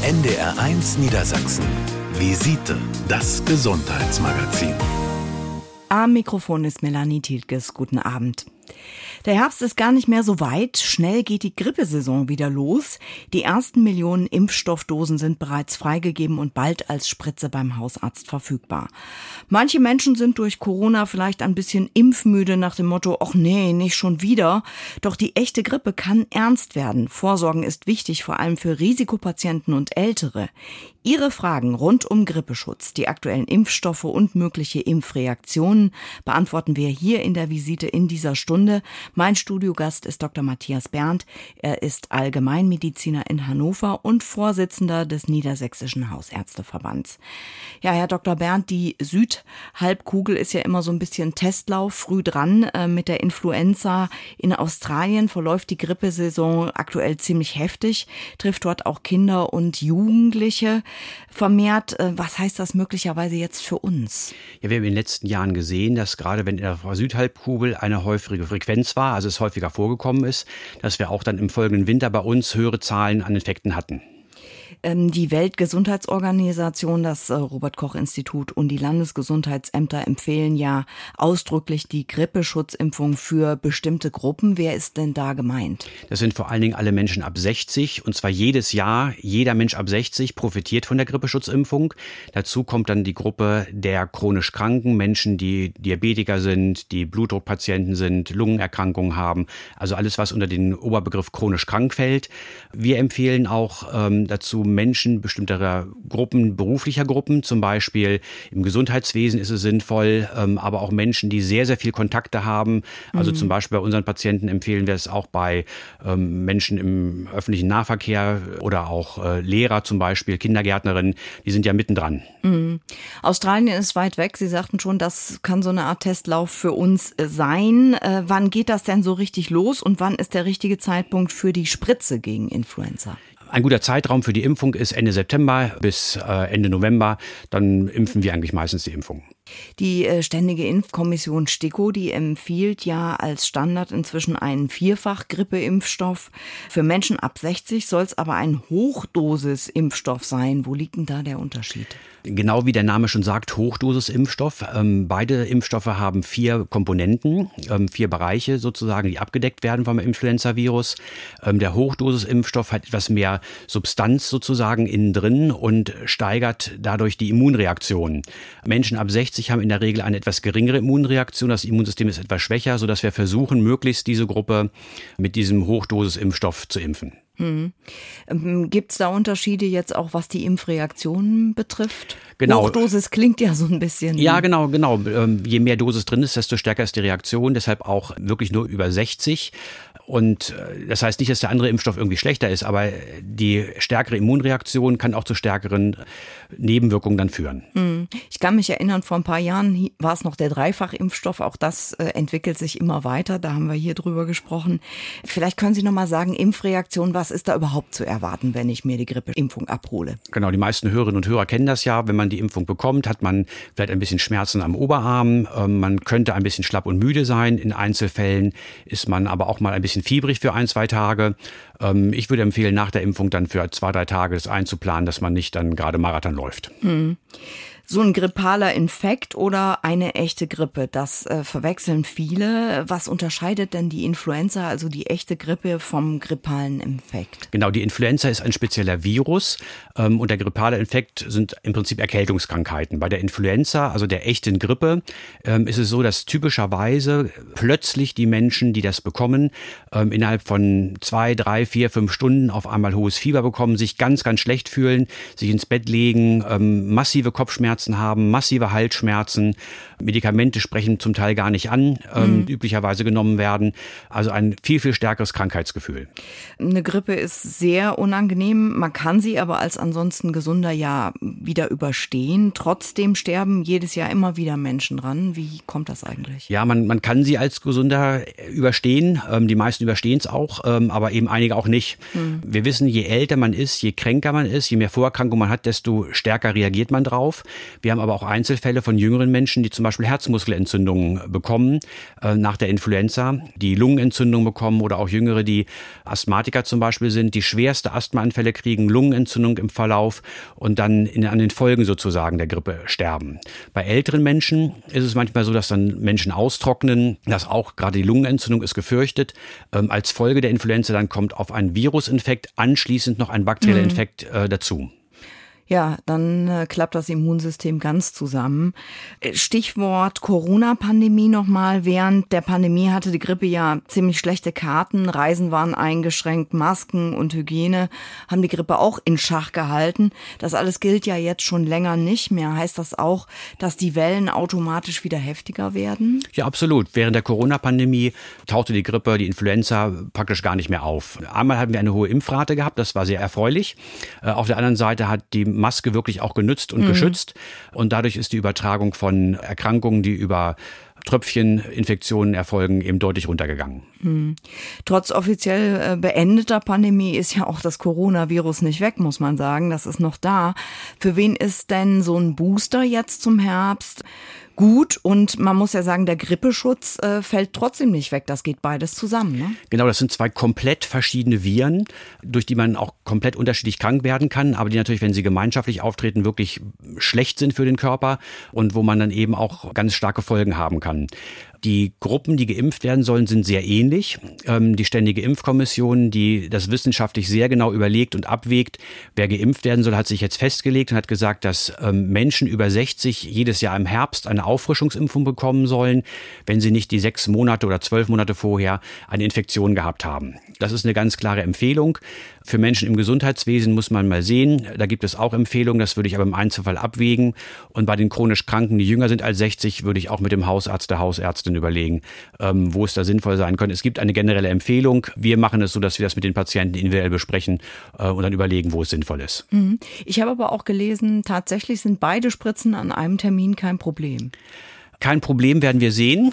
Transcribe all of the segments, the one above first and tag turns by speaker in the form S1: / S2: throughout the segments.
S1: NDR1 Niedersachsen. Visite, das Gesundheitsmagazin.
S2: Am Mikrofon ist Melanie Thielkes. Guten Abend. Der Herbst ist gar nicht mehr so weit. Schnell geht die Grippesaison wieder los. Die ersten Millionen Impfstoffdosen sind bereits freigegeben und bald als Spritze beim Hausarzt verfügbar. Manche Menschen sind durch Corona vielleicht ein bisschen impfmüde nach dem Motto, ach nee, nicht schon wieder. Doch die echte Grippe kann ernst werden. Vorsorgen ist wichtig, vor allem für Risikopatienten und Ältere. Ihre Fragen rund um Grippeschutz, die aktuellen Impfstoffe und mögliche Impfreaktionen beantworten wir hier in der Visite in dieser Stunde. Mein Studiogast ist Dr. Matthias Berndt. Er ist Allgemeinmediziner in Hannover und Vorsitzender des Niedersächsischen Hausärzteverbands. Ja, Herr Dr. Berndt, die Südhalbkugel ist ja immer so ein bisschen Testlauf, früh dran mit der Influenza. In Australien verläuft die Grippesaison aktuell ziemlich heftig, trifft dort auch Kinder und Jugendliche vermehrt. Was heißt das möglicherweise jetzt für uns?
S3: Ja, wir haben in den letzten Jahren gesehen, dass gerade wenn in der Südhalbkugel eine häufige Frequenz war, also es häufiger vorgekommen ist, dass wir auch dann im folgenden Winter bei uns höhere Zahlen an Infekten hatten.
S2: Die Weltgesundheitsorganisation, das Robert-Koch-Institut und die Landesgesundheitsämter empfehlen ja ausdrücklich die Grippeschutzimpfung für bestimmte Gruppen. Wer ist denn da gemeint?
S3: Das sind vor allen Dingen alle Menschen ab 60 und zwar jedes Jahr. Jeder Mensch ab 60 profitiert von der Grippeschutzimpfung. Dazu kommt dann die Gruppe der chronisch Kranken, Menschen, die Diabetiker sind, die Blutdruckpatienten sind, Lungenerkrankungen haben. Also alles, was unter den Oberbegriff chronisch krank fällt. Wir empfehlen auch dazu Menschen bestimmter Gruppen, beruflicher Gruppen, zum Beispiel im Gesundheitswesen ist es sinnvoll, aber auch Menschen, die sehr, sehr viel Kontakte haben. Also zum Beispiel bei unseren Patienten empfehlen wir es auch bei Menschen im öffentlichen Nahverkehr oder auch Lehrer zum Beispiel, Kindergärtnerinnen, die sind ja mittendran.
S2: Australien ist weit weg. Sie sagten schon, das kann so eine Art Testlauf für uns sein. Wann geht das denn so richtig los und wann ist der richtige Zeitpunkt für die Spritze gegen Influenza?
S3: Ein guter Zeitraum für die Impfung ist Ende September bis Ende November. Dann impfen wir eigentlich meistens die Impfung.
S2: Die Ständige Impfkommission STIKO, die empfiehlt ja als Standard inzwischen einen Vierfach-Grippeimpfstoff. Für Menschen ab 60 soll es aber ein Hochdosisimpfstoff sein. Wo liegt denn da der Unterschied?
S3: Genau wie der Name schon sagt, Hochdosisimpfstoff. Beide Impfstoffe haben 4 Komponenten, 4 Bereiche sozusagen, die abgedeckt werden vom Influenza-Virus. Der Hochdosisimpfstoff hat etwas mehr Substanz sozusagen innen drin und steigert dadurch die Immunreaktion. Menschen ab 60 haben in der Regel eine etwas geringere Immunreaktion. Das Immunsystem ist etwas schwächer, sodass wir versuchen, möglichst diese Gruppe mit diesem Hochdosisimpfstoff zu impfen.
S2: Gibt es da Unterschiede jetzt auch, was die Impfreaktionen betrifft?
S3: Genau.
S2: Hochdosis klingt ja so ein bisschen.
S3: Ja, genau. Je mehr Dosis drin ist, desto stärker ist die Reaktion. Deshalb auch wirklich nur über 60. Und das heißt nicht, dass der andere Impfstoff irgendwie schlechter ist, aber die stärkere Immunreaktion kann auch zu stärkeren Nebenwirkungen dann führen.
S2: Ich kann mich erinnern, vor ein paar Jahren war es noch der Dreifachimpfstoff. Auch das entwickelt sich immer weiter. Da haben wir hier drüber gesprochen. Vielleicht können Sie noch mal sagen, Impfreaktion, was ist da überhaupt zu erwarten, wenn ich mir die Grippeimpfung abhole?
S3: Genau, die meisten Hörerinnen und Hörer kennen das ja. Wenn man die Impfung bekommt, hat man vielleicht ein bisschen Schmerzen am Oberarm. Man könnte ein bisschen schlapp und müde sein. In Einzelfällen ist man aber auch mal ein bisschen fiebrig für 1-2 Tage. Ich würde empfehlen, nach der Impfung dann für 2-3 Tage das einzuplanen, dass man nicht dann gerade Marathon läuft.
S2: So ein grippaler Infekt oder eine echte Grippe, das verwechseln viele. Was unterscheidet denn die Influenza, also die echte Grippe, vom grippalen Infekt?
S3: Genau, die Influenza ist ein spezieller Virus und der grippale Infekt sind im Prinzip Erkältungskrankheiten. Bei der Influenza, also der echten Grippe, ist es so, dass typischerweise plötzlich die Menschen, die das bekommen, innerhalb von 2, 3, 4, 5 Stunden auf einmal hohes Fieber bekommen, sich ganz, ganz schlecht fühlen, sich ins Bett legen, massive Kopfschmerzen haben, massive Halsschmerzen, Medikamente sprechen zum Teil gar nicht an, üblicherweise genommen werden. Also ein viel, viel stärkeres Krankheitsgefühl.
S2: Eine Grippe ist sehr unangenehm. Man kann sie aber als ansonsten gesunder Jahr wieder überstehen. Trotzdem sterben jedes Jahr immer wieder Menschen dran. Wie kommt das eigentlich?
S3: Ja, man kann sie als gesunder überstehen. Die meisten überstehen es auch, aber eben einige auch nicht. Wir wissen, je älter man ist, je kränker man ist, je mehr Vorerkrankungen man hat, desto stärker reagiert man drauf. Wir haben aber auch Einzelfälle von jüngeren Menschen, die zum Beispiel Herzmuskelentzündungen bekommen nach der Influenza, die Lungenentzündung bekommen oder auch Jüngere, die Asthmatiker zum Beispiel sind, die schwerste Asthmaanfälle kriegen, Lungenentzündung im Verlauf und dann an den Folgen sozusagen der Grippe sterben. Bei älteren Menschen ist es manchmal so, dass dann Menschen austrocknen, dass auch gerade die Lungenentzündung ist gefürchtet. Als Folge der Influenza dann kommt auf einen Virusinfekt anschließend noch ein bakterieller Infekt dazu.
S2: Ja, dann klappt das Immunsystem ganz zusammen. Stichwort Corona-Pandemie nochmal. Während der Pandemie hatte die Grippe ja ziemlich schlechte Karten. Reisen waren eingeschränkt, Masken und Hygiene haben die Grippe auch in Schach gehalten. Das alles gilt ja jetzt schon länger nicht mehr. Heißt das auch, dass die Wellen automatisch wieder heftiger werden?
S3: Ja, absolut. Während der Corona-Pandemie tauchte die Grippe, die Influenza praktisch gar nicht mehr auf. Einmal hatten wir eine hohe Impfrate gehabt, das war sehr erfreulich. Auf der anderen Seite hat die Maske wirklich auch genützt und geschützt. Und dadurch ist die Übertragung von Erkrankungen, die über Tröpfcheninfektionen erfolgen, eben deutlich runtergegangen.
S2: Trotz offiziell beendeter Pandemie ist ja auch das Coronavirus nicht weg, muss man sagen. Das ist noch da. Für wen ist denn so ein Booster jetzt zum Herbst gut? Und man muss ja sagen, der Grippeschutz fällt trotzdem nicht weg. Das geht beides zusammen, ne?
S3: Genau, das sind zwei komplett verschiedene Viren, durch die man auch komplett unterschiedlich krank werden kann, aber die natürlich, wenn sie gemeinschaftlich auftreten, wirklich schlecht sind für den Körper und wo man dann eben auch ganz starke Folgen haben kann. Die Gruppen, die geimpft werden sollen, sind sehr ähnlich. Die Ständige Impfkommission, die das wissenschaftlich sehr genau überlegt und abwägt, wer geimpft werden soll, hat sich jetzt festgelegt und hat gesagt, dass Menschen über 60 jedes Jahr im Herbst eine Auffrischungsimpfung bekommen sollen, wenn sie nicht die 6 Monate oder 12 Monate vorher eine Infektion gehabt haben. Das ist eine ganz klare Empfehlung. Für Menschen im Gesundheitswesen muss man mal sehen. Da gibt es auch Empfehlungen, das würde ich aber im Einzelfall abwägen. Und bei den chronisch Kranken, die jünger sind als 60, würde ich auch mit dem Hausarzt, der Hausärztin überlegen, wo es da sinnvoll sein könnte. Es gibt eine generelle Empfehlung. Wir machen es so, dass wir das mit den Patienten individuell besprechen und dann überlegen, wo es sinnvoll ist.
S2: Ich habe aber auch gelesen, tatsächlich sind beide Spritzen an einem Termin kein Problem.
S3: Kein Problem, werden wir sehen.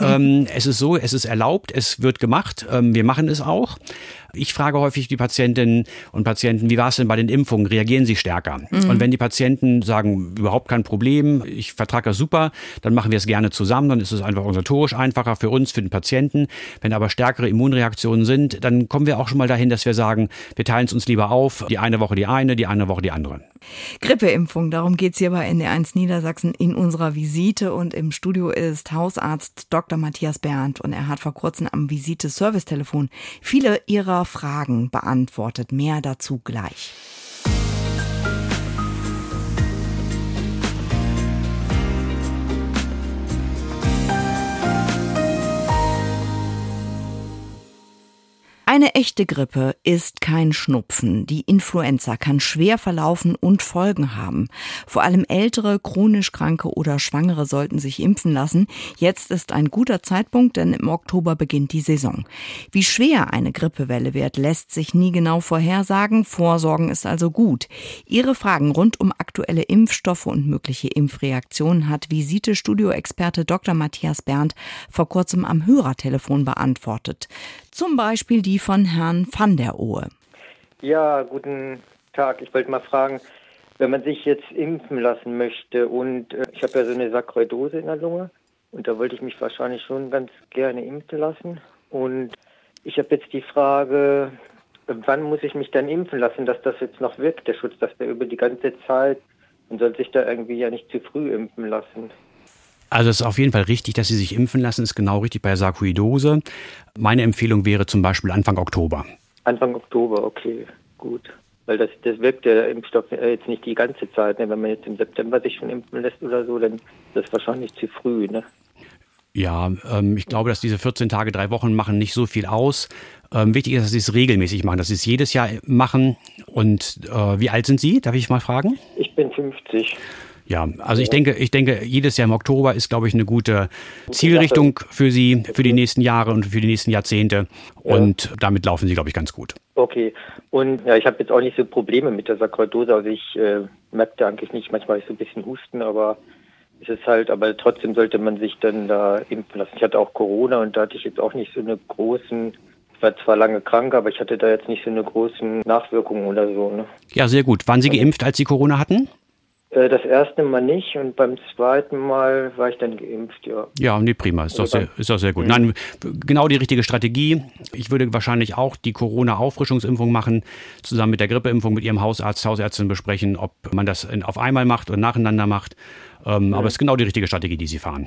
S3: Es ist so, es ist erlaubt, es wird gemacht. Wir machen es auch. Ich frage häufig die Patientinnen und Patienten, wie war es denn bei den Impfungen? Reagieren sie stärker? Und wenn die Patienten sagen, überhaupt kein Problem, ich vertrage das super, dann machen wir es gerne zusammen. Dann ist es einfach organisatorisch einfacher für uns, für den Patienten. Wenn aber stärkere Immunreaktionen sind, dann kommen wir auch schon mal dahin, dass wir sagen, wir teilen es uns lieber auf. Die eine Woche die eine, die andere Woche die andere.
S2: Grippeimpfung, darum geht's hier bei NDR1 Niedersachsen in unserer Visite. Und im Studio ist Hausarzt Dr. Matthias Berndt. Und er hat vor kurzem am Visite-Servicetelefon viele Ihrer Fragen beantwortet. Mehr dazu gleich. Eine echte Grippe ist kein Schnupfen. Die Influenza kann schwer verlaufen und Folgen haben. Vor allem ältere, chronisch Kranke oder Schwangere sollten sich impfen lassen. Jetzt ist ein guter Zeitpunkt, denn im Oktober beginnt die Saison. Wie schwer eine Grippewelle wird, lässt sich nie genau vorhersagen. Vorsorgen ist also gut. Ihre Fragen rund um aktuelle Impfstoffe und mögliche Impfreaktionen hat Visite-Studio-Experte Dr. Matthias Berndt vor kurzem am Hörertelefon beantwortet. Zum Beispiel die von Herrn van der Ohe.
S4: Ja, guten Tag. Ich wollte mal fragen, wenn man sich jetzt impfen lassen möchte und ich habe ja so eine Sarkoidose in der Lunge und da wollte ich mich wahrscheinlich schon ganz gerne impfen lassen. Und ich habe jetzt die Frage, wann muss ich mich dann impfen lassen, dass das jetzt noch wirkt, der Schutz, dass der über die ganze Zeit, man soll sich da irgendwie ja nicht zu früh impfen lassen.
S3: Also es ist auf jeden Fall richtig, dass Sie sich impfen lassen, ist genau richtig bei der Sarkoidose. Meine Empfehlung wäre zum Beispiel Anfang Oktober.
S4: Anfang Oktober, okay, gut. Weil das wirkt der Impfstoff jetzt nicht die ganze Zeit. Ne? Wenn man jetzt im September sich schon impfen lässt oder so, dann ist das wahrscheinlich zu früh. Ne?
S3: Ja, ich glaube, dass diese 14 Tage, 3 Wochen machen nicht so viel aus. Wichtig ist, dass Sie es regelmäßig machen, dass Sie es jedes Jahr machen. Und wie alt sind Sie? Darf ich mal fragen?
S4: Ich bin 50.
S3: Ja, also ich denke, jedes Jahr im Oktober ist, glaube ich, eine gute Zielrichtung für Sie, für die nächsten Jahre und für die nächsten Jahrzehnte. Und damit laufen Sie, glaube ich, ganz gut.
S4: Okay. Und ja, ich habe jetzt auch nicht so Probleme mit der Sarkoidose. Also ich merke da eigentlich nicht, manchmal ist so ein bisschen Husten, aber es ist halt, aber trotzdem sollte man sich dann da impfen lassen. Ich hatte auch Corona und da hatte ich jetzt auch nicht so eine großen, ich war zwar lange krank, aber ich hatte da jetzt nicht so eine großen Nachwirkungen oder so. Ne?
S3: Ja, sehr gut. Waren Sie geimpft, als Sie Corona hatten?
S4: Das erste Mal nicht und beim zweiten Mal war ich dann geimpft, ja.
S3: Ja, nee, prima. Ist doch sehr gut. Nein, genau die richtige Strategie. Ich würde wahrscheinlich auch die Corona-Auffrischungsimpfung machen, zusammen mit der Grippeimpfung mit Ihrem Hausarzt, Hausärztin besprechen, ob man das auf einmal macht oder nacheinander macht. Aber es ist genau die richtige Strategie, die Sie fahren.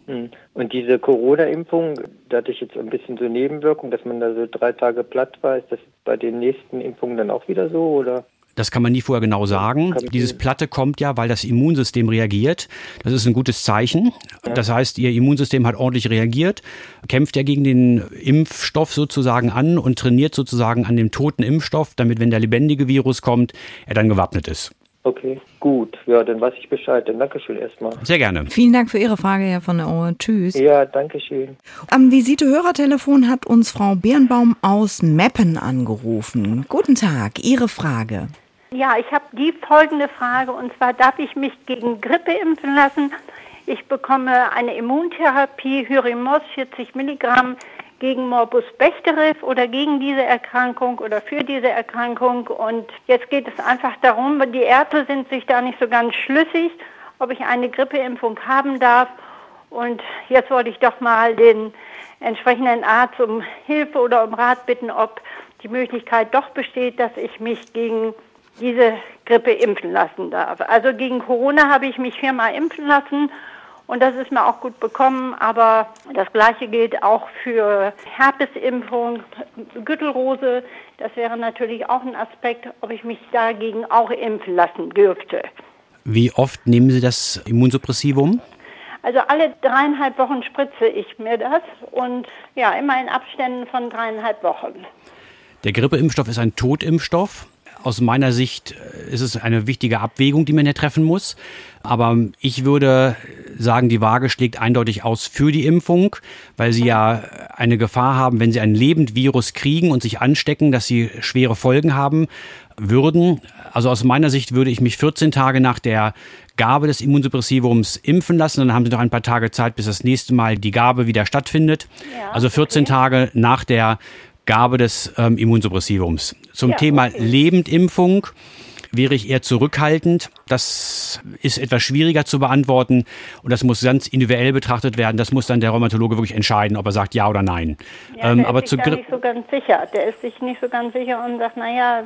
S4: Und diese Corona-Impfung, da hatte ich jetzt ein bisschen so Nebenwirkung, dass man da so 3 Tage platt war. Ist das bei den nächsten Impfungen dann auch wieder so, oder?
S3: Das kann man nie vorher genau sagen. Dieses Platte kommt ja, weil das Immunsystem reagiert. Das ist ein gutes Zeichen. Das heißt, Ihr Immunsystem hat ordentlich reagiert, kämpft ja gegen den Impfstoff sozusagen an und trainiert sozusagen an dem toten Impfstoff, damit, wenn der lebendige Virus kommt, er dann gewappnet ist.
S4: Okay, gut. Ja, dann weiß ich Bescheid. Dann Dankeschön erstmal.
S3: Sehr gerne.
S2: Vielen Dank für Ihre Frage, Herr von der Ohr. Tschüss.
S4: Ja, Dankeschön.
S2: Am Visite-Hörertelefon hat uns Frau Birnbaum aus Meppen angerufen. Guten Tag, Ihre Frage.
S5: Ja, ich habe die folgende Frage, und zwar: Darf ich mich gegen Grippe impfen lassen? Ich bekomme eine Immuntherapie, Hyrimos 40 Milligramm gegen Morbus Bechterew oder gegen diese Erkrankung oder für diese Erkrankung. Und jetzt geht es einfach darum, die Ärzte sind sich da nicht so ganz schlüssig, ob ich eine Grippeimpfung haben darf. Und jetzt wollte ich doch mal den entsprechenden Arzt um Hilfe oder um Rat bitten, ob die Möglichkeit doch besteht, dass ich mich gegen diese Grippe impfen lassen darf. Also gegen Corona habe ich mich 4-mal impfen lassen und das ist mir auch gut bekommen, aber das Gleiche gilt auch für Herpesimpfung, Gürtelrose. Das wäre natürlich auch ein Aspekt, ob ich mich dagegen auch impfen lassen dürfte.
S3: Wie oft nehmen Sie das Immunsuppressivum?
S5: Also alle 3,5 Wochen spritze ich mir das und ja, immer in Abständen von 3,5 Wochen.
S3: Der Grippeimpfstoff ist ein Totimpfstoff. Aus meiner Sicht ist es eine wichtige Abwägung, die man hier treffen muss. Aber ich würde sagen, die Waage schlägt eindeutig aus für die Impfung, weil Sie ja eine Gefahr haben, wenn Sie ein Lebendvirus kriegen und sich anstecken, dass Sie schwere Folgen haben würden. Also aus meiner Sicht würde ich mich 14 Tage nach der Gabe des Immunsuppressivums impfen lassen. Dann haben Sie noch ein paar Tage Zeit, bis das nächste Mal die Gabe wieder stattfindet. Ja, also 14 Tage nach der Gabe des Immunsuppressivums. Zum Thema Lebendimpfung wäre ich eher zurückhaltend. Das ist etwas schwieriger zu beantworten und das muss ganz individuell betrachtet werden. Das muss dann der Rheumatologe wirklich entscheiden, ob er sagt ja oder nein.
S5: Ja, der ist sich da nicht so ganz sicher. Der ist sich nicht so ganz sicher und sagt, naja,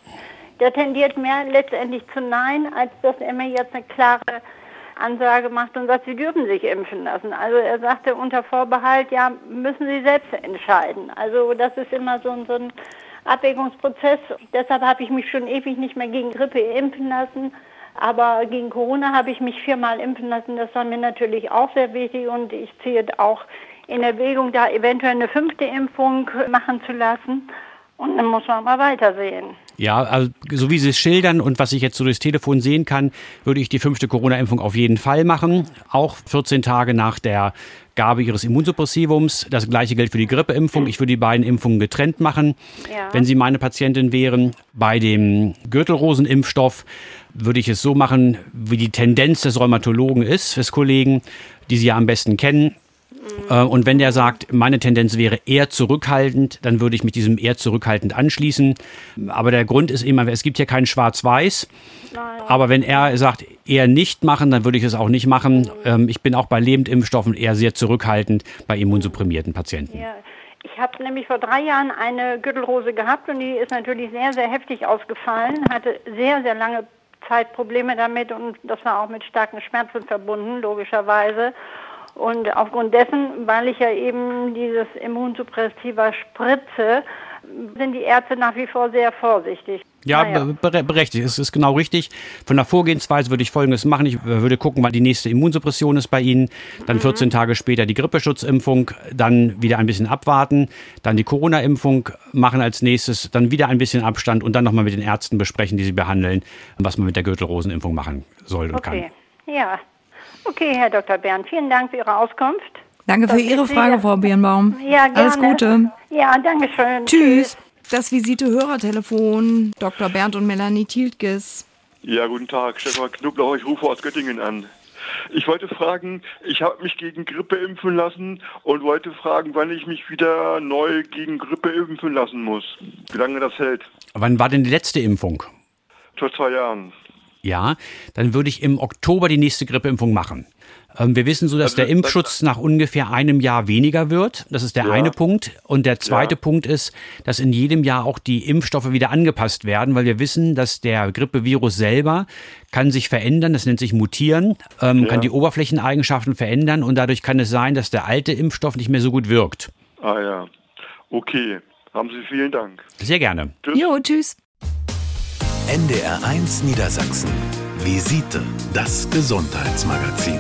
S5: der tendiert mehr letztendlich zu Nein, als dass er mir jetzt eine klare Ansage macht und sagt, Sie dürfen sich impfen lassen. Also er sagte unter Vorbehalt, ja, müssen Sie selbst entscheiden. Also das ist immer so ein Abwägungsprozess. Deshalb habe ich mich schon ewig nicht mehr gegen Grippe impfen lassen. Aber gegen Corona habe ich mich 4-mal impfen lassen. Das war mir natürlich auch sehr wichtig und ich ziehe auch in Erwägung, da eventuell eine 5. Impfung machen zu lassen. Und dann muss man mal weitersehen.
S3: Ja, also so wie Sie es schildern und was ich jetzt so durchs Telefon sehen kann, würde ich die 5. Corona-Impfung auf jeden Fall machen. Auch 14 Tage nach der Gabe Ihres Immunsuppressivums. Das gleiche gilt für die Grippeimpfung. Ich würde die beiden Impfungen getrennt machen. Ja. Wenn Sie meine Patientin wären, bei dem Gürtelrosenimpfstoff würde ich es so machen, wie die Tendenz des Rheumatologen ist, des Kollegen, die Sie ja am besten kennen. Und wenn der sagt, meine Tendenz wäre eher zurückhaltend, dann würde ich mich diesem eher zurückhaltend anschließen. Aber der Grund ist immer, es gibt hier kein Schwarz-Weiß. Aber wenn er sagt, eher nicht machen, dann würde ich es auch nicht machen. Ich bin auch bei Lebendimpfstoffen eher sehr zurückhaltend bei immunsupprimierten Patienten. Ja.
S5: Ich habe nämlich vor 3 Jahren eine Gürtelrose gehabt und die ist natürlich sehr, sehr heftig ausgefallen, hatte sehr, sehr lange Zeit Probleme damit und das war auch mit starken Schmerzen verbunden, logischerweise. Und aufgrund dessen, weil ich ja eben dieses Immunsuppressiva spritze, sind die Ärzte nach wie vor sehr vorsichtig.
S3: Ja, berechtigt. Es ist genau richtig. Von der Vorgehensweise würde ich Folgendes machen. Ich würde gucken, wann die nächste Immunsuppression ist bei Ihnen. Dann 14 Tage später die Grippeschutzimpfung. Dann wieder ein bisschen abwarten. Dann die Corona-Impfung machen als nächstes. Dann wieder ein bisschen Abstand und dann nochmal mit den Ärzten besprechen, die Sie behandeln, was man mit der Gürtelrosenimpfung machen soll und kann.
S5: Ja. Okay, Herr Dr. Bernd, vielen Dank für Ihre Auskunft.
S2: Danke für Ihre Frage, Frau Birnbaum.
S5: Ja, gerne.
S2: Alles Gute.
S5: Ja, danke schön.
S2: Tschüss. Das Visite-Hörertelefon, Dr. Bernd und Melanie Tiltges.
S6: Ja, guten Tag, Stefan Knoblauch, ich rufe aus Göttingen an. Ich wollte fragen, ich habe mich gegen Grippe impfen lassen und wollte fragen, wann ich mich wieder neu gegen Grippe impfen lassen muss. Wie lange das hält.
S3: Wann war denn die letzte Impfung?
S6: Vor 2 Jahren.
S3: ja, dann würde ich im Oktober die nächste Grippeimpfung machen. Wir wissen so, dass der Impfschutz nach ungefähr einem Jahr weniger wird. Das ist der eine Punkt. Und der zweite Punkt ist, dass in jedem Jahr auch die Impfstoffe wieder angepasst werden, weil wir wissen, dass der Grippevirus selber kann sich verändern. Das nennt sich mutieren, kann die Oberflächeneigenschaften verändern. Und dadurch kann es sein, dass der alte Impfstoff nicht mehr so gut wirkt.
S6: Ah ja, okay. Haben Sie vielen Dank.
S3: Sehr gerne.
S2: Tschüss. Jo, tschüss.
S1: NDR1 Niedersachsen. Visite, das Gesundheitsmagazin.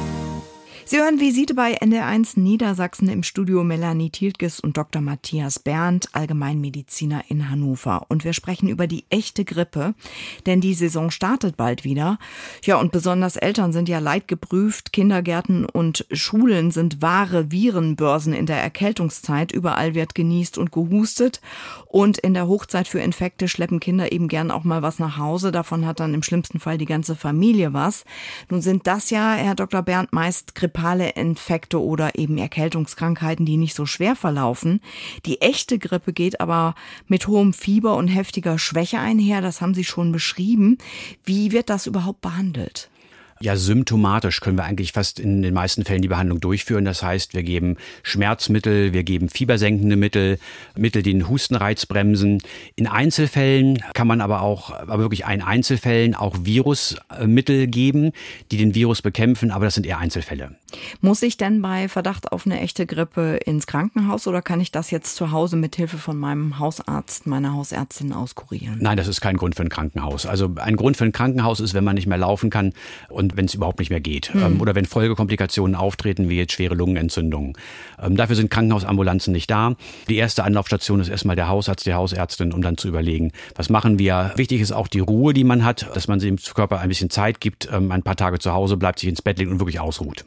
S2: Sie hören Visite bei NDR1 Niedersachsen, im Studio Melanie Tiltges und Dr. Matthias Berndt, Allgemeinmediziner in Hannover. Und wir sprechen über die echte Grippe, denn die Saison startet bald wieder. Ja, und besonders Eltern sind ja leidgeprüft. Kindergärten und Schulen sind wahre Virenbörsen in der Erkältungszeit. Überall wird genießt und gehustet. Und in der Hochzeit für Infekte schleppen Kinder eben gern auch mal was nach Hause. Davon hat dann im schlimmsten Fall die ganze Familie was. Nun sind das ja, Herr Dr. Berndt, meist grippale Infekte oder eben Erkältungskrankheiten, die nicht so schwer verlaufen. Die echte Grippe geht aber mit hohem Fieber und heftiger Schwäche einher. Das haben Sie schon beschrieben. Wie wird das überhaupt behandelt?
S3: Ja, symptomatisch können wir eigentlich fast in den meisten Fällen die Behandlung durchführen. Das heißt, wir geben Schmerzmittel, wir geben fiebersenkende Mittel, Mittel, die den Hustenreiz bremsen. In Einzelfällen kann man aber wirklich in Einzelfällen auch Virusmittel geben, die den Virus bekämpfen, aber das sind eher Einzelfälle.
S2: Muss ich denn bei Verdacht auf eine echte Grippe ins Krankenhaus oder kann ich das jetzt zu Hause mit Hilfe von meinem Hausarzt, meiner Hausärztin auskurieren?
S3: Nein, das ist kein Grund für ein Krankenhaus. Also ein Grund für ein Krankenhaus ist, wenn man nicht mehr laufen kann und wenn es überhaupt nicht mehr geht. Oder wenn Folgekomplikationen auftreten, wie jetzt schwere Lungenentzündungen. Dafür sind Krankenhausambulanzen nicht da. Die erste Anlaufstation ist erstmal der Hausarzt, die Hausärztin, um dann zu überlegen, was machen wir. Wichtig ist auch die Ruhe, die man hat, dass man dem Körper ein bisschen Zeit gibt, ein paar Tage zu Hause bleibt, sich ins Bett legt und wirklich ausruht.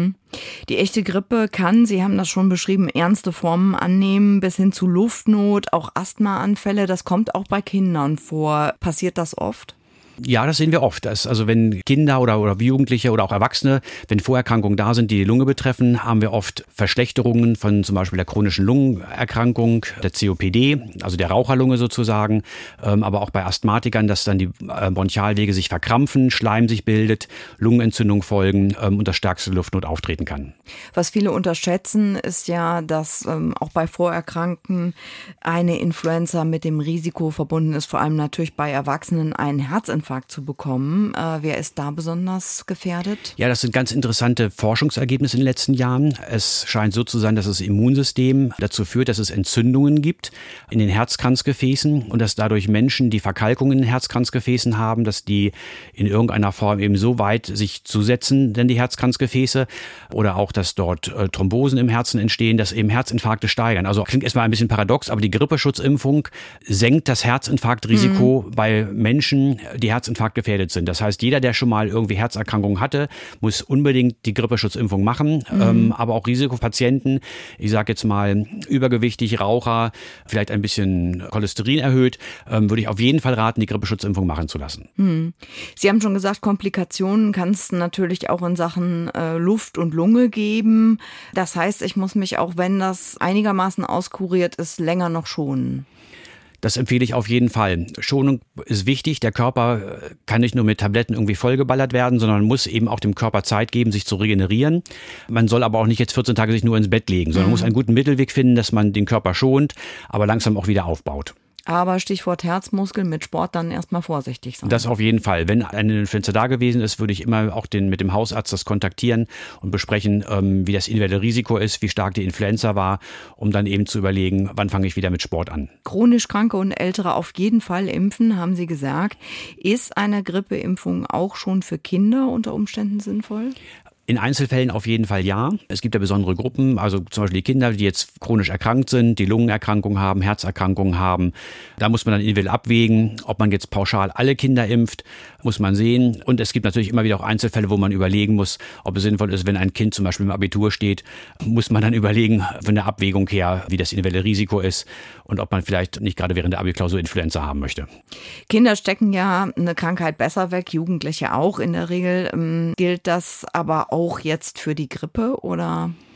S2: Die echte Grippe kann, Sie haben das schon beschrieben, ernste Formen annehmen, bis hin zu Luftnot, auch Asthmaanfälle. Das kommt auch bei Kindern vor. Passiert das oft?
S3: Ja, das sehen wir oft. Also wenn Kinder oder Jugendliche oder auch Erwachsene, wenn Vorerkrankungen da sind, die die Lunge betreffen, haben wir oft Verschlechterungen von zum Beispiel der chronischen Lungenerkrankung, der COPD, also der Raucherlunge sozusagen, aber auch bei Asthmatikern, dass dann die Bronchialwege sich verkrampfen, Schleim sich bildet, Lungenentzündung folgen und das stärkste Luftnot auftreten kann.
S2: Was viele unterschätzen, ist ja, dass auch bei Vorerkrankten eine Influenza mit dem Risiko verbunden ist, vor allem natürlich bei Erwachsenen einen Herzinfarkt zu bekommen. Wer ist da besonders gefährdet?
S3: Ja, das sind ganz interessante Forschungsergebnisse in den letzten Jahren. Es scheint so zu sein, dass das Immunsystem dazu führt, dass es Entzündungen gibt in den Herzkranzgefäßen und dass dadurch Menschen, die Verkalkungen in den Herzkranzgefäßen haben, dass die in irgendeiner Form eben so weit sich zusetzen, denn die Herzkranzgefäße, oder auch, dass dort Thrombosen im Herzen entstehen, dass eben Herzinfarkte steigern. Also klingt erstmal ein bisschen paradox, aber die Grippeschutzimpfung senkt das Herzinfarktrisiko bei Menschen, die Herzinfarkt gefährdet sind. Das heißt, jeder, der schon mal irgendwie Herzerkrankungen hatte, muss unbedingt die Grippeschutzimpfung machen. Aber auch Risikopatienten, ich sage jetzt mal übergewichtig, Raucher, vielleicht ein bisschen Cholesterin erhöht, würde ich auf jeden Fall raten, die Grippeschutzimpfung machen zu lassen.
S2: Sie haben schon gesagt, Komplikationen kann es natürlich auch in Sachen Luft und Lunge geben. Das heißt, ich muss mich, auch wenn das einigermaßen auskuriert ist, länger noch schonen.
S3: Das empfehle ich auf jeden Fall. Schonung ist wichtig. Der Körper kann nicht nur mit Tabletten irgendwie vollgeballert werden, sondern muss eben auch dem Körper Zeit geben, sich zu regenerieren. Man soll aber auch nicht jetzt 14 Tage sich nur ins Bett legen, sondern muss einen guten Mittelweg finden, dass man den Körper schont, aber langsam auch wieder aufbaut.
S2: Aber Stichwort Herzmuskel, mit Sport dann erstmal vorsichtig sein.
S3: Das auf jeden Fall. Wenn eine Influenza da gewesen ist, würde ich immer auch mit dem Hausarzt das kontaktieren und besprechen, wie das individuelle Risiko ist, wie stark die Influenza war, um dann eben zu überlegen, wann fange ich wieder mit Sport an.
S2: Chronisch Kranke und Ältere auf jeden Fall impfen, haben Sie gesagt. Ist eine Grippeimpfung auch schon für Kinder unter Umständen sinnvoll?
S3: In Einzelfällen auf jeden Fall ja. Es gibt ja besondere Gruppen, also zum Beispiel die Kinder, die jetzt chronisch erkrankt sind, die Lungenerkrankungen haben, Herzerkrankungen haben. Da muss man dann individuell abwägen, ob man jetzt pauschal alle Kinder impft, muss man sehen. Und es gibt natürlich immer wieder auch Einzelfälle, wo man überlegen muss, ob es sinnvoll ist, wenn ein Kind zum Beispiel im Abitur steht, muss man dann überlegen, von der Abwägung her, wie das individuelle Risiko ist und ob man vielleicht nicht gerade während der Abi-Klausur Influenza haben möchte.
S2: Kinder stecken ja eine Krankheit besser weg, Jugendliche auch in der Regel. Gilt das aber auch jetzt für die Grippe oder?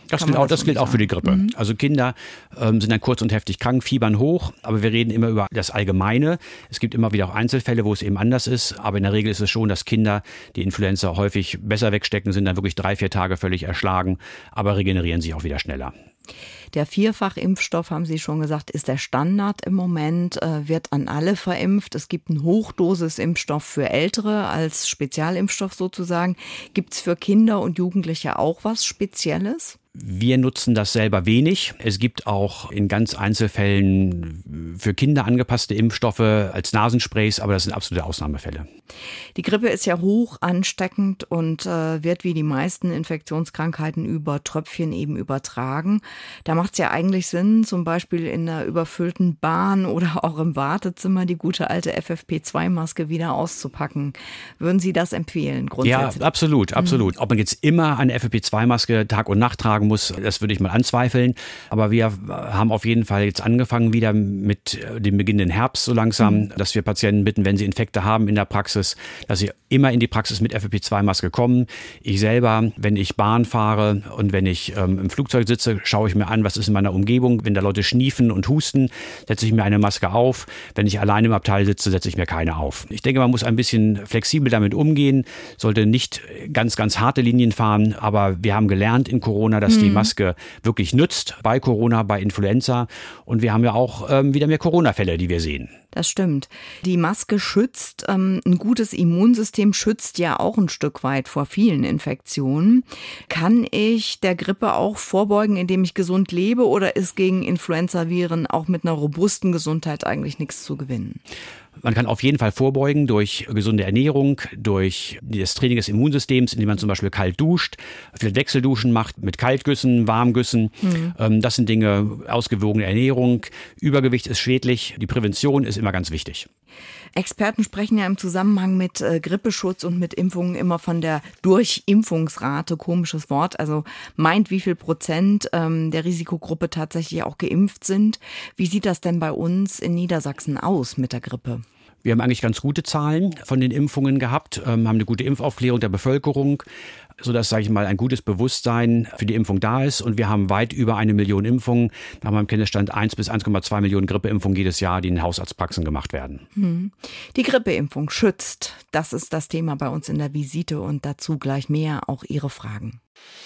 S3: Das gilt auch für die Grippe. Also Kinder sind dann kurz und heftig krank, fiebern hoch, aber wir reden immer über das Allgemeine. Es gibt immer wieder auch Einzelfälle, wo es eben anders ist, aber in der Regel ist es schon, dass Kinder, die Influenza häufig besser wegstecken, sind dann wirklich 3-4 Tage völlig erschlagen, aber regenerieren sich auch wieder schneller.
S2: Der Vierfachimpfstoff, haben Sie schon gesagt, ist der Standard im Moment, wird an alle verimpft. Es gibt einen Hochdosisimpfstoff für Ältere als Spezialimpfstoff sozusagen. Gibt es für Kinder und Jugendliche auch was Spezielles?
S3: Wir nutzen das selber wenig. Es gibt auch in ganz Einzelfällen für Kinder angepasste Impfstoffe als Nasensprays, aber das sind absolute Ausnahmefälle.
S2: Die Grippe ist ja hoch ansteckend und wird wie die meisten Infektionskrankheiten über Tröpfchen eben übertragen. Da macht es ja eigentlich Sinn, zum Beispiel in einer überfüllten Bahn oder auch im Wartezimmer die gute alte FFP2-Maske wieder auszupacken. Würden Sie das empfehlen grundsätzlich?
S3: Ja, absolut. Ob man jetzt immer eine FFP2-Maske Tag und Nacht tragen muss, das würde ich mal anzweifeln. Aber wir haben auf jeden Fall jetzt angefangen wieder mit dem beginnenden Herbst so langsam, dass wir Patienten bitten, wenn sie Infekte haben in der Praxis, dass sie immer in die Praxis mit FFP2-Maske kommen. Ich selber, wenn ich Bahn fahre und wenn ich im Flugzeug sitze, schaue ich mir an, was ist in meiner Umgebung. Wenn da Leute schniefen und husten, setze ich mir eine Maske auf. Wenn ich alleine im Abteil sitze, setze ich mir keine auf. Ich denke, man muss ein bisschen flexibel damit umgehen, sollte nicht ganz, ganz harte Linien fahren, aber wir haben gelernt in Corona, dass die Maske wirklich nützt bei Corona, bei Influenza. Und wir haben ja auch wieder mehr Corona-Fälle, die wir sehen.
S2: Das stimmt. Die Maske schützt, ein gutes Immunsystem schützt ja auch ein Stück weit vor vielen Infektionen. Kann ich der Grippe auch vorbeugen, indem ich gesund lebe, oder ist gegen Influenzaviren auch mit einer robusten Gesundheit eigentlich nichts zu gewinnen?
S3: Man kann auf jeden Fall vorbeugen durch gesunde Ernährung, durch das Training des Immunsystems, indem man zum Beispiel kalt duscht, viele Wechselduschen macht mit Kaltgüssen, Warmgüssen. Das sind Dinge, ausgewogene Ernährung. Übergewicht ist schädlich. Die Prävention ist immer ganz wichtig.
S2: Experten sprechen ja im Zusammenhang mit Grippeschutz und mit Impfungen immer von der Durchimpfungsrate, komisches Wort, also meint, wie viel Prozent der Risikogruppe tatsächlich auch geimpft sind. Wie sieht das denn bei uns in Niedersachsen aus mit der Grippe?
S3: Wir haben eigentlich ganz gute Zahlen von den Impfungen gehabt, haben eine gute Impfaufklärung der Bevölkerung, sodass, sage ich mal, ein gutes Bewusstsein für die Impfung da ist. Und wir haben weit über 1 Million Impfungen. Nach meinem Kenntnisstand 1 bis 1,2 Millionen Grippeimpfungen jedes Jahr, die in Hausarztpraxen gemacht werden.
S2: Die Grippeimpfung schützt. Das ist das Thema bei uns in der Visite und dazu gleich mehr auch Ihre Fragen.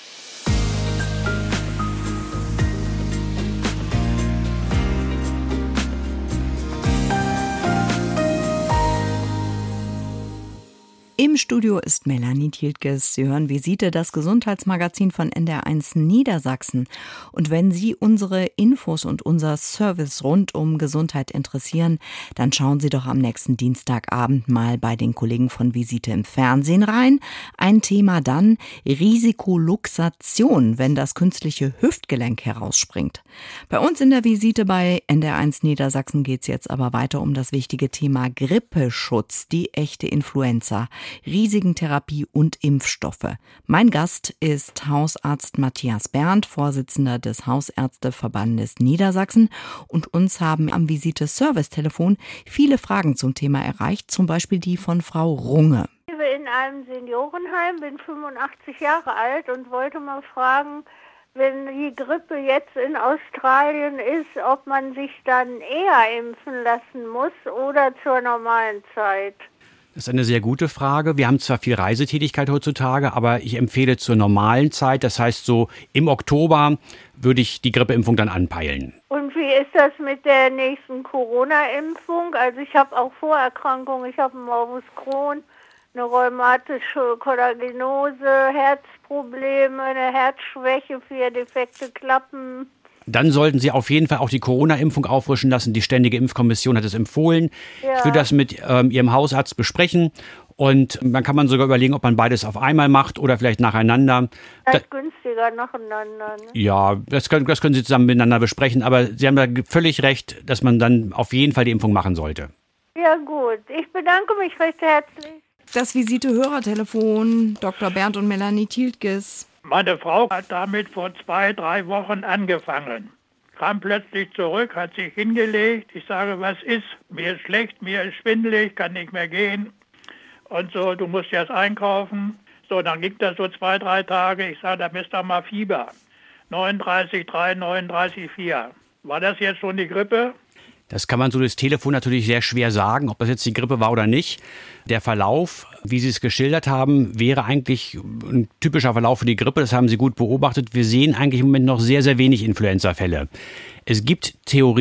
S2: Im Studio ist Melanie Tiltges. Sie hören Visite, das Gesundheitsmagazin von NDR1 Niedersachsen. Und wenn Sie unsere Infos und unser Service rund um Gesundheit interessieren, dann schauen Sie doch am nächsten Dienstagabend mal bei den Kollegen von Visite im Fernsehen rein. Ein Thema dann Risikoluxation, wenn das künstliche Hüftgelenk herausspringt. Bei uns in der Visite bei NDR1 Niedersachsen geht es jetzt aber weiter um das wichtige Thema Grippeschutz, die echte Influenza. Risikentherapie und Impfstoffe. Mein Gast ist Hausarzt Matthias Berndt, Vorsitzender des Hausärzteverbandes Niedersachsen. Und uns haben am Visite-Service-Telefon viele Fragen zum Thema erreicht, zum Beispiel die von Frau Runge.
S5: Ich lebe in einem Seniorenheim, bin 85 Jahre alt und wollte mal fragen, wenn die Grippe jetzt in Australien ist, ob man sich dann eher impfen lassen muss oder zur normalen Zeit.
S3: Das ist eine sehr gute Frage. Wir haben zwar viel Reisetätigkeit heutzutage, aber ich empfehle zur normalen Zeit, das heißt so im Oktober würde ich die Grippeimpfung dann anpeilen.
S5: Und wie ist das mit der nächsten Corona-Impfung? Also ich habe auch Vorerkrankungen, ich habe einen Morbus Crohn, eine rheumatische Kollagenose, Herzprobleme, eine Herzschwäche, 4 defekte Klappen.
S3: Dann sollten Sie auf jeden Fall auch die Corona-Impfung auffrischen lassen. Die Ständige Impfkommission hat es empfohlen.
S5: Ja.
S3: Ich würde das mit Ihrem Hausarzt besprechen. Und dann kann man sogar überlegen, ob man beides auf einmal macht oder vielleicht nacheinander.
S5: Das ist günstiger nacheinander. Ne?
S3: Ja, das können Sie zusammen miteinander besprechen. Aber Sie haben da völlig recht, dass man dann auf jeden Fall die Impfung machen sollte.
S5: Ja gut, ich bedanke mich recht herzlich.
S2: Das Visite-Hörertelefon, Dr. Berndt und Melanie Tiltges.
S7: Meine Frau hat damit vor 2-3 Wochen angefangen. Kam plötzlich zurück, hat sich hingelegt. Ich sage, was ist? Mir ist schlecht, mir ist schwindelig, kann nicht mehr gehen. Und so, du musst jetzt einkaufen. So, dann ging das so 2-3 Tage. Ich sage, da misst doch mal Fieber. 39,3, 39,4. War das jetzt schon die Grippe?
S3: Das kann man so durchs Telefon natürlich sehr schwer sagen, ob das jetzt die Grippe war oder nicht. Der Verlauf, wie Sie es geschildert haben, wäre eigentlich ein typischer Verlauf für die Grippe. Das haben Sie gut beobachtet. Wir sehen eigentlich im Moment noch sehr, sehr wenig Influenza-Fälle. Es gibt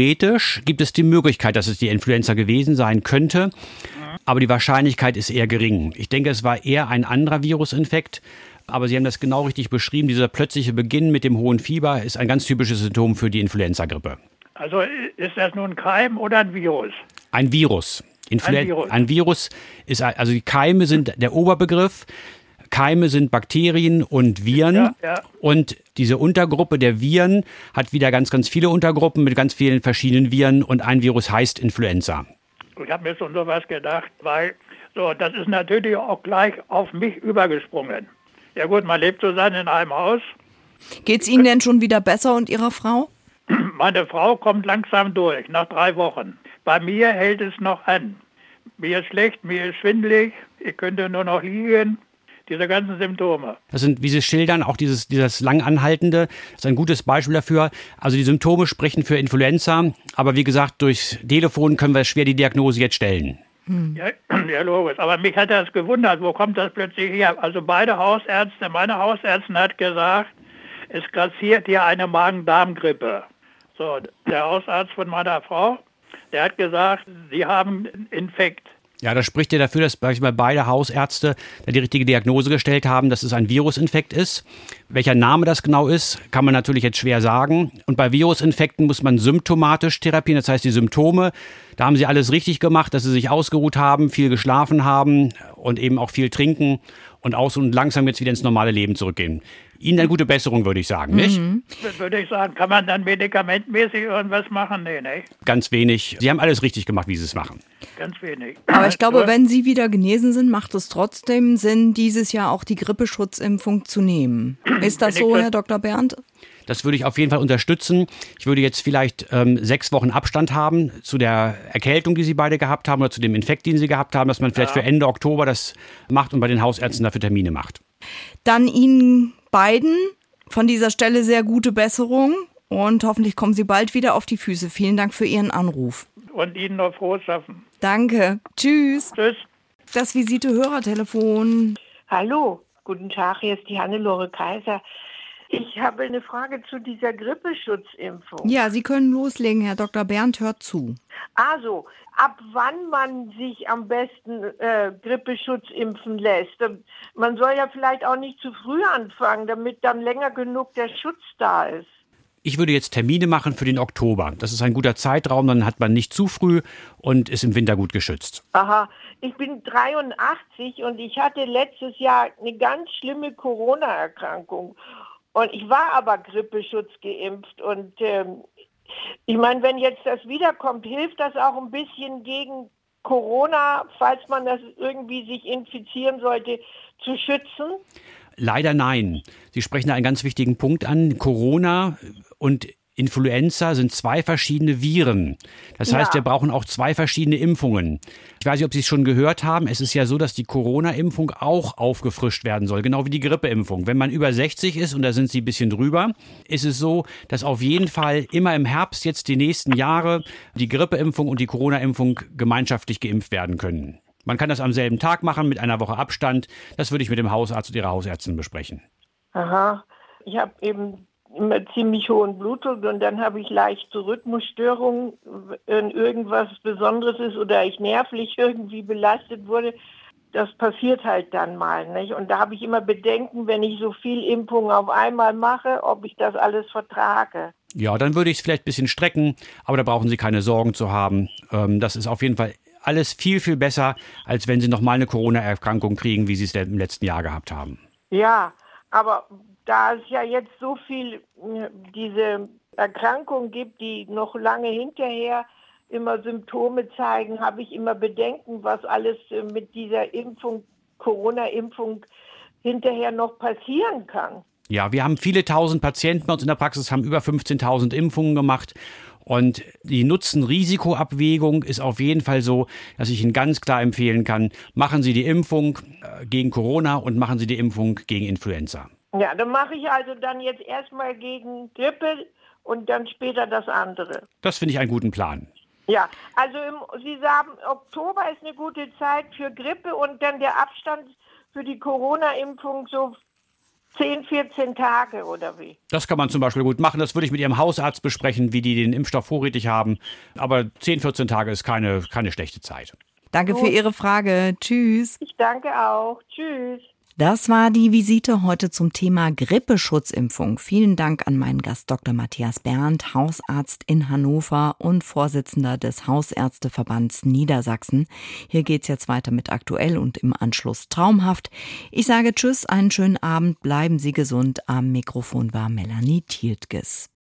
S3: die Möglichkeit, dass es die Influenza gewesen sein könnte. Aber die Wahrscheinlichkeit ist eher gering. Ich denke, es war eher ein anderer Virusinfekt. Aber Sie haben das genau richtig beschrieben. Dieser plötzliche Beginn mit dem hohen Fieber ist ein ganz typisches Symptom für die Influenza-Grippe.
S7: Also ist das nun ein Keim oder ein Virus?
S3: Ein Virus. Ein Virus ist, also die Keime sind der Oberbegriff. Keime sind Bakterien und Viren.
S7: Ja.
S3: Und diese Untergruppe der Viren hat wieder ganz, ganz viele Untergruppen mit ganz vielen verschiedenen Viren. Und ein Virus heißt Influenza.
S7: Ich habe mir schon sowas gedacht, weil das ist natürlich auch gleich auf mich übergesprungen. Ja gut, man lebt zusammen in einem Haus.
S2: Geht's Ihnen denn schon wieder besser und Ihrer Frau?
S7: Meine Frau kommt langsam durch, nach 3 Wochen. Bei mir hält es noch an. Mir ist schlecht, mir ist schwindelig, ich könnte nur noch liegen. Diese ganzen Symptome.
S3: Das sind, wie Sie schildern, auch dieses langanhaltende, das ist ein gutes Beispiel dafür. Also die Symptome sprechen für Influenza, aber wie gesagt, durchs Telefon können wir schwer die Diagnose jetzt stellen.
S7: Ja, logisch. Aber mich hat das gewundert, wo kommt das plötzlich her? Also meine Hausärztin hat gesagt, es grassiert hier eine Magen-Darm-Grippe. So, der Hausarzt von meiner Frau, der hat gesagt, Sie haben einen Infekt.
S3: Ja, das spricht ja dafür, dass beide Hausärzte die richtige Diagnose gestellt haben, dass es ein Virusinfekt ist. Welcher Name das genau ist, kann man natürlich jetzt schwer sagen. Und bei Virusinfekten muss man symptomatisch therapieren, das heißt die Symptome. Da haben sie alles richtig gemacht, dass sie sich ausgeruht haben, viel geschlafen haben und eben auch viel trinken und langsam jetzt wieder ins normale Leben zurückgehen. Ihnen eine gute Besserung, würde ich sagen, nicht?
S7: Würde ich sagen, kann man dann medikamentmäßig irgendwas machen? Nee, ne?
S3: Ganz wenig. Sie haben alles richtig gemacht, wie Sie es machen.
S7: Ganz wenig.
S2: Aber ich glaube, wenn Sie wieder genesen sind, macht es trotzdem Sinn, dieses Jahr auch die Grippeschutzimpfung zu nehmen. Ist das so, Herr Dr. Berndt?
S3: Das würde ich auf jeden Fall unterstützen. Ich würde jetzt vielleicht 6 Wochen Abstand haben zu der Erkältung, die Sie beide gehabt haben oder zu dem Infekt, den Sie gehabt haben, dass man vielleicht für Ende Oktober das macht und bei den Hausärzten dafür Termine macht.
S2: Dann Ihnen beiden von dieser Stelle sehr gute Besserung und hoffentlich kommen Sie bald wieder auf die Füße. Vielen Dank für Ihren Anruf.
S7: Und Ihnen noch frohes Schaffen.
S2: Danke. Tschüss.
S7: Tschüss.
S2: Das Visite-Hörertelefon.
S8: Hallo, guten Tag, hier ist die Hannelore Kaiser. Ich habe eine Frage zu dieser Grippeschutzimpfung.
S2: Ja, Sie können loslegen, Herr Dr. Berndt hört zu.
S8: Also, ab wann man sich am besten Grippeschutz impfen lässt? Man soll ja vielleicht auch nicht zu früh anfangen, damit dann länger genug der Schutz da ist.
S3: Ich würde jetzt Termine machen für den Oktober. Das ist ein guter Zeitraum, dann hat man nicht zu früh und ist im Winter gut geschützt.
S8: Aha, ich bin 83 und ich hatte letztes Jahr eine ganz schlimme Corona-Erkrankung. Und ich war aber Grippeschutz geimpft und ich meine, wenn jetzt das wiederkommt, hilft das auch ein bisschen gegen Corona, falls man das irgendwie sich infizieren sollte, zu schützen?
S3: Leider nein. Sie sprechen da einen ganz wichtigen Punkt an. Corona und Influenza sind 2 verschiedene Viren. Das heißt, wir brauchen auch 2 verschiedene Impfungen. Ich weiß nicht, ob Sie es schon gehört haben. Es ist ja so, dass die Corona-Impfung auch aufgefrischt werden soll, genau wie die Grippeimpfung. Wenn man über 60 ist, und da sind Sie ein bisschen drüber, ist es so, dass auf jeden Fall immer im Herbst jetzt die nächsten Jahre die Grippeimpfung und die Corona-Impfung gemeinschaftlich geimpft werden können. Man kann das am selben Tag machen, mit einer Woche Abstand. Das würde ich mit dem Hausarzt und Ihrer Hausärztin besprechen.
S8: Aha, ich habe eben immer ziemlich hohen Blutdruck und dann habe ich leichte Rhythmusstörungen, wenn irgendwas Besonderes ist oder ich nervlich irgendwie belastet wurde. Das passiert halt dann mal, nicht? Und da habe ich immer Bedenken, wenn ich so viel Impfungen auf einmal mache, ob ich das alles vertrage.
S3: Ja, dann würde ich es vielleicht ein bisschen strecken, aber da brauchen Sie keine Sorgen zu haben. Das ist auf jeden Fall alles viel, viel besser, als wenn Sie nochmal eine Corona-Erkrankung kriegen, wie Sie es im letzten Jahr gehabt haben.
S8: Ja, aber da es ja jetzt so viel diese Erkrankungen gibt, die noch lange hinterher immer Symptome zeigen, habe ich immer Bedenken, was alles mit dieser Impfung, Corona-Impfung hinterher noch passieren kann.
S3: Ja, wir haben viele tausend Patienten bei uns in der Praxis, haben über 15.000 Impfungen gemacht. Und die Nutzen-Risiko-Abwägung ist auf jeden Fall so, dass ich Ihnen ganz klar empfehlen kann, machen Sie die Impfung gegen Corona und machen Sie die Impfung gegen Influenza.
S8: Ja, dann mache ich also dann jetzt erstmal gegen Grippe und dann später das andere.
S3: Das finde ich einen guten Plan.
S8: Ja, also Sie sagen, Oktober ist eine gute Zeit für Grippe und dann der Abstand für die Corona-Impfung so 10, 14 Tage oder wie?
S3: Das kann man zum Beispiel gut machen. Das würde ich mit Ihrem Hausarzt besprechen, wie die den Impfstoff vorrätig haben. Aber 10, 14 Tage ist keine schlechte Zeit.
S2: Danke für Ihre Frage. Tschüss.
S8: Ich danke auch. Tschüss.
S2: Das war die Visite heute zum Thema Grippeschutzimpfung. Vielen Dank an meinen Gast Dr. Matthias Berndt, Hausarzt in Hannover und Vorsitzender des Hausärzteverbands Niedersachsen. Hier geht's jetzt weiter mit Aktuell und im Anschluss Traumhaft. Ich sage Tschüss, einen schönen Abend, bleiben Sie gesund. Am Mikrofon war Melanie Thieltges.